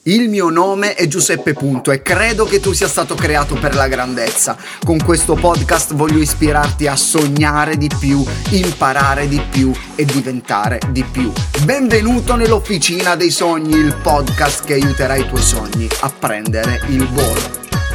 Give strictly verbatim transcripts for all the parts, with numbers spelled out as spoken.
Il mio nome è Giuseppe Punto e credo che tu sia stato creato per la grandezza. Con questo podcast voglio ispirarti a sognare di più, imparare di più e diventare di più. Benvenuto nell'Officina dei Sogni, il podcast che aiuterà i tuoi sogni a prendere il volo.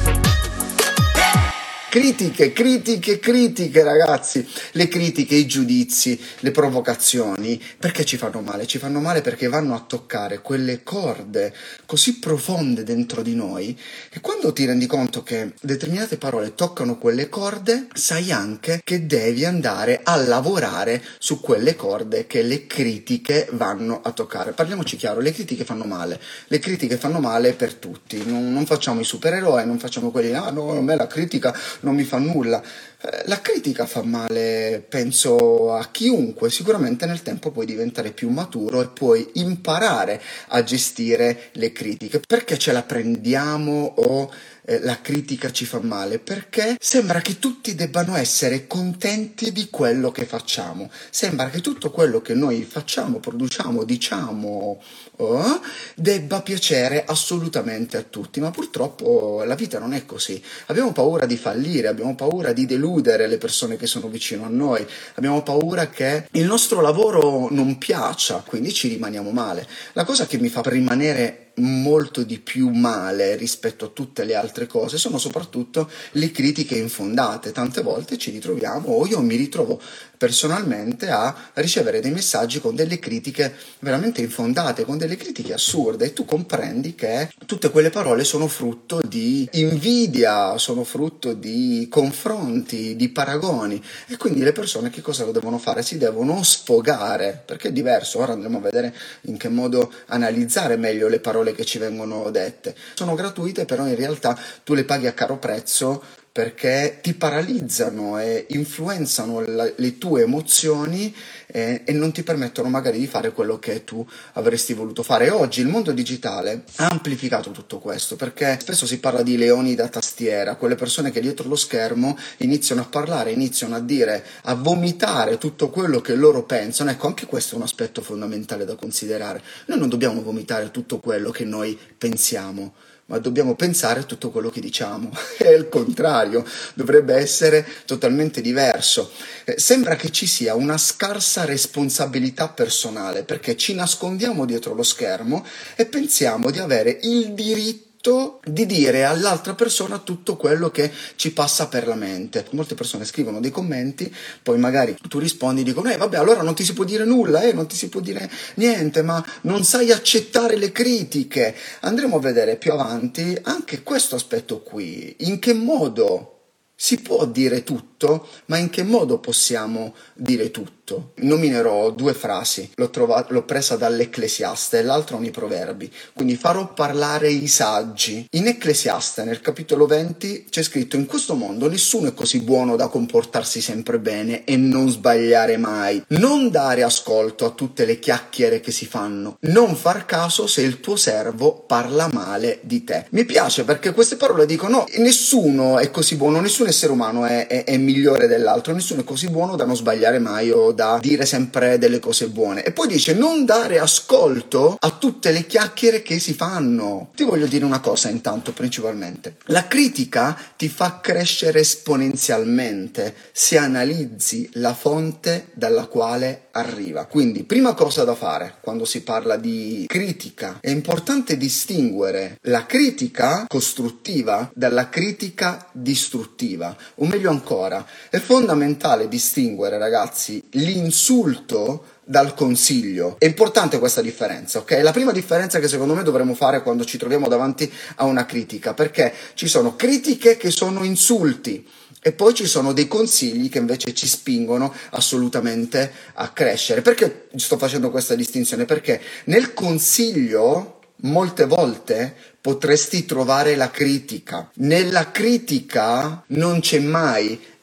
Critiche, critiche, critiche ragazzi, le critiche, i giudizi, le provocazioni, perché ci fanno male? Ci fanno male perché vanno a toccare quelle corde così profonde dentro di noi che quando ti rendi conto che determinate parole toccano quelle corde, sai anche che devi andare a lavorare su quelle corde che le critiche vanno a toccare. Parliamoci chiaro, le critiche fanno male, le critiche fanno male per tutti, non, non facciamo i supereroi, non facciamo quelli, ah no, a me la critica non mi fa nulla. La critica fa male, penso, a chiunque. Sicuramente nel tempo puoi diventare più maturo e puoi imparare a gestire le critiche. Perché ce la prendiamo o eh, la critica ci fa male? Perché sembra che tutti debbano essere contenti di quello che facciamo. Sembra che tutto quello che noi facciamo, produciamo, diciamo, oh, debba piacere assolutamente a tutti. Ma purtroppo la vita non è così. Abbiamo paura di fallire, abbiamo paura di deludere le persone che sono vicino a noi, abbiamo paura che il nostro lavoro non piaccia, quindi ci rimaniamo male. La cosa che mi fa rimanere molto di più male rispetto a tutte le altre cose sono soprattutto le critiche infondate. Tante volte ci ritroviamo, o io mi ritrovo personalmente, a ricevere dei messaggi con delle critiche veramente infondate, con delle critiche assurde, e tu comprendi che tutte quelle parole sono frutto di invidia, sono frutto di confronti, di paragoni, e quindi le persone che cosa lo devono fare? Si devono sfogare, perché è diverso. Ora andremo a vedere in che modo analizzare meglio le parole che ci vengono dette. Sono gratuite, però in realtà tu le paghi a caro prezzo perché ti paralizzano e influenzano la, le tue emozioni eh, e non ti permettono magari di fare quello che tu avresti voluto fare. E oggi il mondo digitale ha amplificato tutto questo, perché spesso si parla di leoni da tastiera, quelle persone che dietro lo schermo iniziano a parlare, iniziano a dire, a vomitare tutto quello che loro pensano. Ecco, anche questo è un aspetto fondamentale da considerare. Noi non dobbiamo vomitare tutto quello che noi pensiamo, ma dobbiamo pensare a tutto quello che diciamo. È il contrario, dovrebbe essere totalmente diverso. Eh, sembra che ci sia una scarsa responsabilità personale, perché ci nascondiamo dietro lo schermo e pensiamo di avere il diritto di dire all'altra persona tutto quello che ci passa per la mente. Molte persone scrivono dei commenti, poi magari tu rispondi, dicono eh vabbè, allora non ti si può dire nulla, eh non ti si può dire niente, ma non sai accettare le critiche. Andremo a vedere più avanti anche questo aspetto qui, in che modo si può dire tutto, ma in che modo possiamo dire tutto? Nominerò due frasi, l'ho, trovata, l'ho presa dall'Ecclesiaste e l'altra nei Proverbi, quindi farò parlare i saggi. In Ecclesiaste, nel capitolo venti, c'è scritto: in questo mondo nessuno è così buono da comportarsi sempre bene e non sbagliare mai. Non dare ascolto a tutte le chiacchiere che si fanno. Non far caso se il tuo servo parla male di te. Mi piace perché queste parole dicono: no, nessuno è così buono, nessuno essere umano è, è, è migliore dell'altro, nessuno è così buono da non sbagliare mai o da dire sempre delle cose buone. E poi dice: non dare ascolto a tutte le chiacchiere che si fanno. Ti voglio dire una cosa intanto, principalmente. La critica ti fa crescere esponenzialmente se analizzi la fonte dalla quale arriva. Quindi, prima cosa da fare quando si parla di critica, è importante distinguere la critica costruttiva dalla critica distruttiva. O meglio ancora, è fondamentale distinguere, ragazzi, l'insulto dal consiglio. È importante questa differenza, ok? La prima differenza che secondo me dovremmo fare quando ci troviamo davanti a una critica, perché ci sono critiche che sono insulti e poi ci sono dei consigli che invece ci spingono assolutamente a crescere. Perché sto facendo questa distinzione? Perché nel consiglio molte volte potresti trovare la critica. Nella critica non c'è mai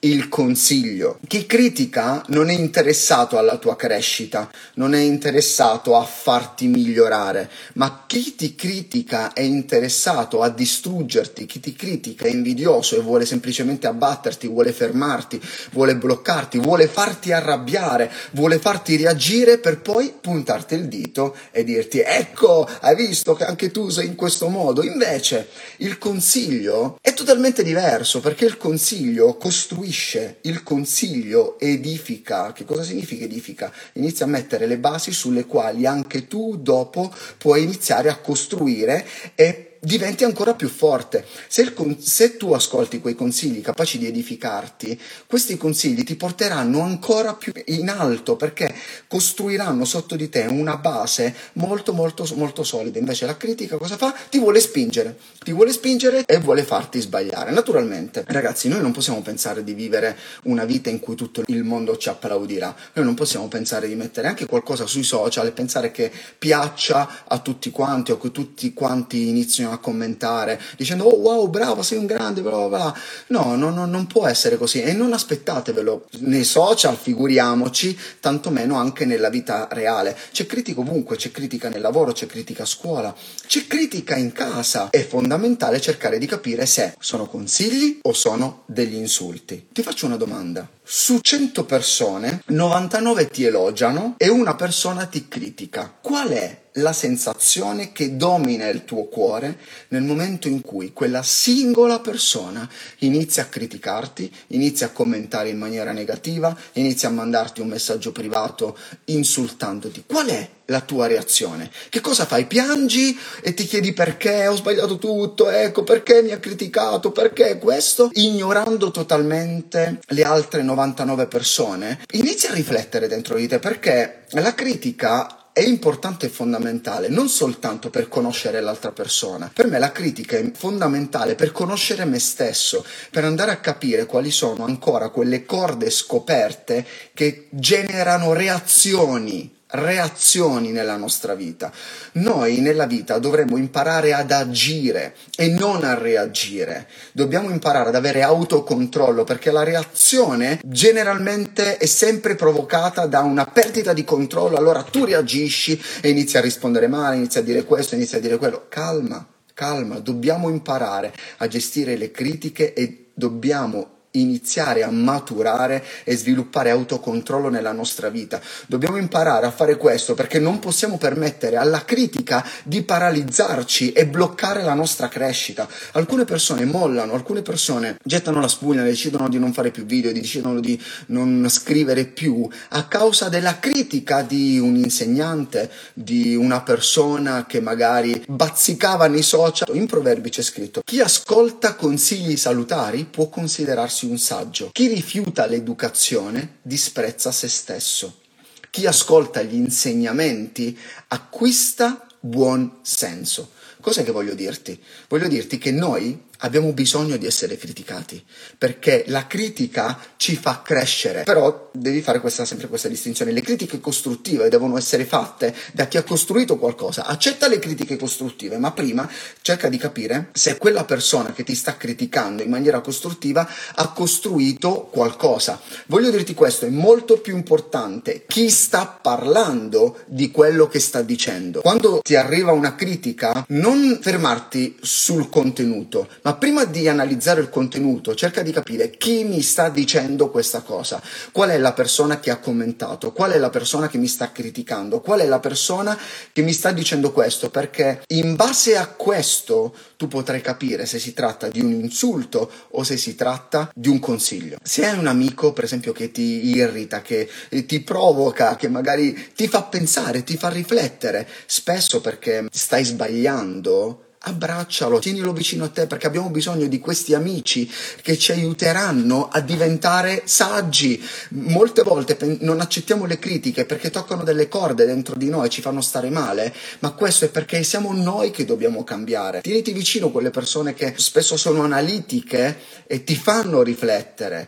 il consiglio. Chi critica non è interessato alla tua crescita, non è interessato a farti migliorare, ma chi ti critica è interessato a distruggerti, chi ti critica è invidioso e vuole semplicemente abbatterti, vuole fermarti, vuole bloccarti, vuole farti arrabbiare, vuole farti reagire per poi puntarti il dito e dirti: ecco, hai visto che anche tu sei in questo modo. Invece il consiglio è totalmente diverso, perché il consiglio costruisce, il consiglio edifica. Che cosa significa edifica? Inizia a mettere le basi sulle quali anche tu dopo puoi iniziare a costruire e diventi ancora più forte. Se, il con- se tu ascolti quei consigli capaci di edificarti, questi consigli ti porteranno ancora più in alto, perché costruiranno sotto di te una base molto molto molto solida. Invece la critica cosa fa? Ti vuole spingere, ti vuole spingere e vuole farti sbagliare. Naturalmente, ragazzi, noi non possiamo pensare di vivere una vita in cui tutto il mondo ci applaudirà. Noi non possiamo pensare di mettere anche qualcosa sui social e pensare che piaccia a tutti quanti, o che tutti quanti iniziano a commentare dicendo: oh wow, bravo, sei un grande, bla bla bla. No, no, no, non può essere così, e non aspettatevelo nei social, figuriamoci, tantomeno anche nella vita reale. C'è critica ovunque, c'è critica nel lavoro, c'è critica a scuola, c'è critica in casa. È fondamentale cercare di capire se sono consigli o sono degli insulti. Ti faccio una domanda: su cento persone, novantanove ti elogiano e una persona ti critica. Qual è la sensazione che domina il tuo cuore nel momento in cui quella singola persona inizia a criticarti, inizia a commentare in maniera negativa, inizia a mandarti un messaggio privato insultandoti? Qual è la tua reazione? Che cosa fai? Piangi e ti chiedi: perché ho sbagliato tutto, ecco, perché mi ha criticato, perché questo? Ignorando totalmente le altre novantanove persone. Inizia a riflettere dentro di te, perché la critica è importante e fondamentale non soltanto per conoscere l'altra persona. Per me la critica è fondamentale per conoscere me stesso, per andare a capire quali sono ancora quelle corde scoperte che generano reazioni reazioni nella nostra vita. Noi nella vita dovremmo imparare ad agire e non a reagire. Dobbiamo imparare ad avere autocontrollo, perché la reazione generalmente è sempre provocata da una perdita di controllo. Allora tu reagisci e inizi a rispondere male, inizi a dire questo, inizi a dire quello. Calma, calma, dobbiamo imparare a gestire le critiche e dobbiamo iniziare a maturare e sviluppare autocontrollo nella nostra vita. Dobbiamo imparare a fare questo, perché non possiamo permettere alla critica di paralizzarci e bloccare la nostra crescita. Alcune persone mollano, alcune persone gettano la spugna, decidono di non fare più video, decidono di non scrivere più a causa della critica di un insegnante, di una persona che magari bazzicava nei social. In Proverbi c'è scritto: chi ascolta consigli salutari può considerarsi un saggio. Chi rifiuta l'educazione disprezza se stesso. Chi ascolta gli insegnamenti acquista buon senso. Cos'è che voglio dirti? Voglio dirti che noi abbiamo bisogno di essere criticati, perché la critica ci fa crescere. Però devi fare questa, sempre questa distinzione: le critiche costruttive devono essere fatte da chi ha costruito qualcosa. Accetta le critiche costruttive, ma prima cerca di capire se quella persona che ti sta criticando in maniera costruttiva ha costruito qualcosa. Voglio dirti questo: è molto più importante chi sta parlando di quello che sta dicendo. Quando ti arriva una critica, non fermarti sul contenuto, ma prima di analizzare il contenuto cerca di capire chi mi sta dicendo questa cosa, qual è la persona che ha commentato, qual è la persona che mi sta criticando, qual è la persona che mi sta dicendo questo, perché in base a questo tu potrai capire se si tratta di un insulto o se si tratta di un consiglio. Se hai un amico, per esempio, che ti irrita, che ti provoca, che magari ti fa pensare, ti fa riflettere, spesso perché stai sbagliando, abbraccialo, tienilo vicino a te, perché abbiamo bisogno di questi amici che ci aiuteranno a diventare saggi. Molte volte non accettiamo le critiche perché toccano delle corde dentro di noi, ci fanno stare male, ma questo è perché siamo noi che dobbiamo cambiare. Tieniti vicino quelle persone che spesso sono analitiche e ti fanno riflettere.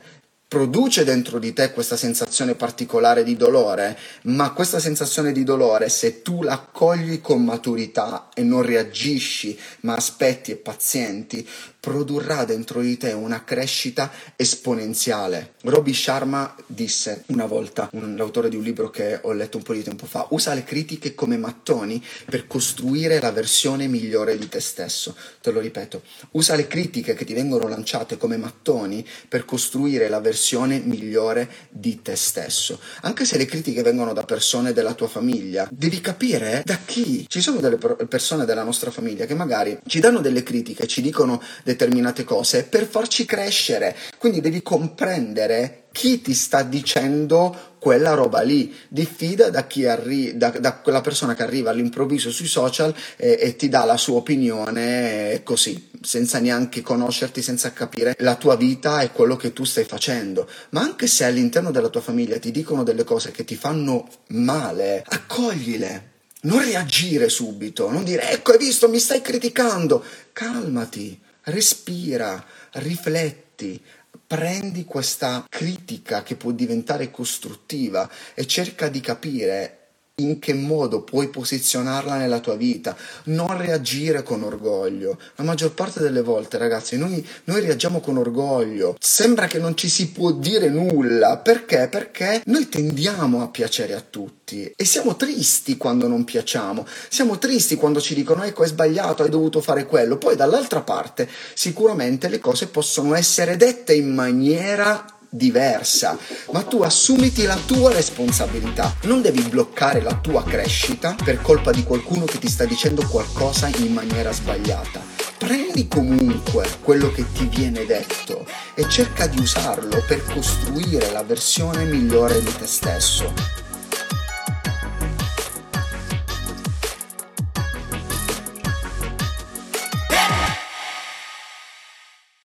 produce dentro di te questa sensazione particolare di dolore, ma questa sensazione di dolore, se tu la accogli con maturità e non reagisci, ma aspetti e pazienti, produrrà dentro di te una crescita esponenziale. Robin Sharma disse una volta, un, l'autore di un libro che ho letto un po' di tempo fa, usa le critiche come mattoni per costruire la versione migliore di te stesso. Te lo ripeto, usa le critiche che ti vengono lanciate come mattoni per costruire la versione migliore di te stesso. Anche se le critiche vengono da persone della tua famiglia, devi capire da chi. Ci sono delle persone della nostra famiglia che magari ci danno delle critiche, ci dicono determinate cose per farci crescere, quindi devi comprendere chi ti sta dicendo quella roba lì. Diffida da chi arri- da, da quella persona che arriva all'improvviso sui social e, e ti dà la sua opinione così, senza neanche conoscerti, senza capire la tua vita e quello che tu stai facendo. Ma anche se all'interno della tua famiglia ti dicono delle cose che ti fanno male, accoglile. Non reagire subito, non dire ecco hai visto mi stai criticando. Calmati, respira, rifletti. Prendi questa critica che può diventare costruttiva e cerca di capire in che modo puoi posizionarla nella tua vita. Non reagire con orgoglio. La maggior parte delle volte, ragazzi, noi, noi reagiamo con orgoglio. Sembra che non ci si può dire nulla. Perché? Perché noi tendiamo a piacere a tutti e siamo tristi quando non piacciamo. Siamo tristi quando ci dicono ecco è sbagliato, hai dovuto fare quello. Poi dall'altra parte sicuramente le cose possono essere dette in maniera diversa, ma tu assumiti la tua responsabilità. Non devi bloccare la tua crescita per colpa di qualcuno che ti sta dicendo qualcosa in maniera sbagliata. Prendi comunque quello che ti viene detto e cerca di usarlo per costruire la versione migliore di te stesso.